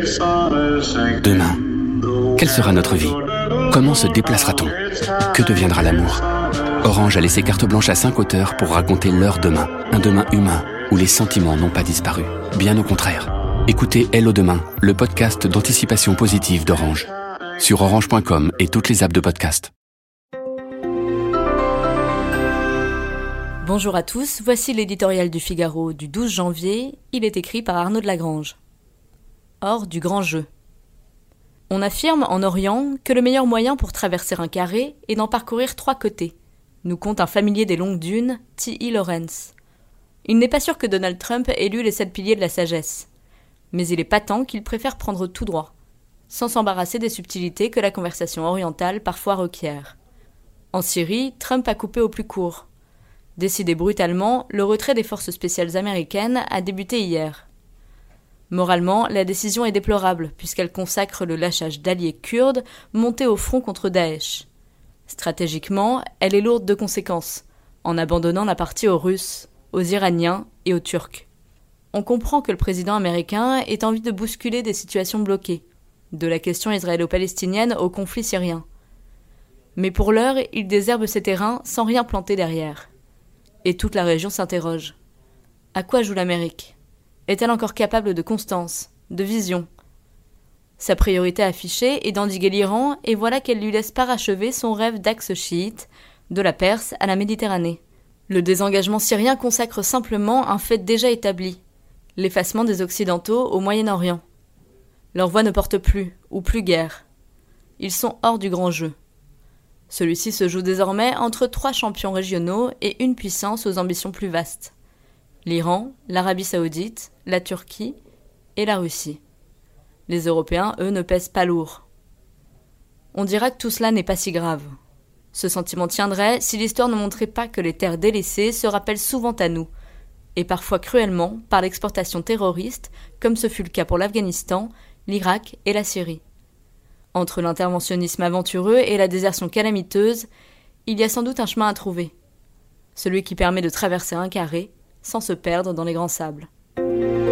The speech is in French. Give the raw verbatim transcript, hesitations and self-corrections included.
Demain, quelle sera notre vie ? Comment se déplacera-t-on ? Que deviendra l'amour ? Orange a laissé carte blanche à cinq auteurs pour raconter leur demain. Un demain humain, où les sentiments n'ont pas disparu. Bien au contraire. Écoutez Hello Demain, le podcast d'anticipation positive d'Orange. Sur orange point com et toutes les apps de podcast. Bonjour à tous, voici l'éditorial du Figaro du douze janvier. Il est écrit par Arnaud de Lagrange. Hors du grand jeu. On affirme en Orient que le meilleur moyen pour traverser un carré est d'en parcourir trois côtés, nous conte un familier des longues dunes, T E Lawrence. Il n'est pas sûr que Donald Trump ait lu les sept piliers de la sagesse, mais il est patent qu'il préfère prendre tout droit, sans s'embarrasser des subtilités que la conversation orientale parfois requiert. En Syrie, Trump a coupé au plus court. Décidé brutalement, le retrait des forces spéciales américaines a débuté hier. Moralement, la décision est déplorable, puisqu'elle consacre le lâchage d'alliés kurdes montés au front contre Daesh. Stratégiquement, elle est lourde de conséquences, en abandonnant la partie aux Russes, aux Iraniens et aux Turcs. On comprend que le président américain ait envie de bousculer des situations bloquées, de la question israélo-palestinienne au conflit syrien. Mais pour l'heure, il désherbe ses terrains sans rien planter derrière. Et toute la région s'interroge. À quoi joue l'Amérique ? Est-elle encore capable de constance, de vision ? Sa priorité affichée est d'endiguer l'Iran, et voilà qu'elle lui laisse parachever son rêve d'axe chiite, de la Perse à la Méditerranée. Le désengagement syrien consacre simplement un fait déjà établi, l'effacement des Occidentaux au Moyen-Orient. Leur voix ne porte plus, ou plus guère. Ils sont hors du grand jeu. Celui-ci se joue désormais entre trois champions régionaux et une puissance aux ambitions plus vastes. L'Iran, l'Arabie saoudite, la Turquie et la Russie. Les Européens, eux, ne pèsent pas lourd. On dira que tout cela n'est pas si grave. Ce sentiment tiendrait si l'histoire ne montrait pas que les terres délaissées se rappellent souvent à nous, et parfois cruellement par l'exportation terroriste, comme ce fut le cas pour l'Afghanistan, l'Irak et la Syrie. Entre l'interventionnisme aventureux et la désertion calamiteuse, il y a sans doute un chemin à trouver. Celui qui permet de traverser un carré sans se perdre dans les grands sables.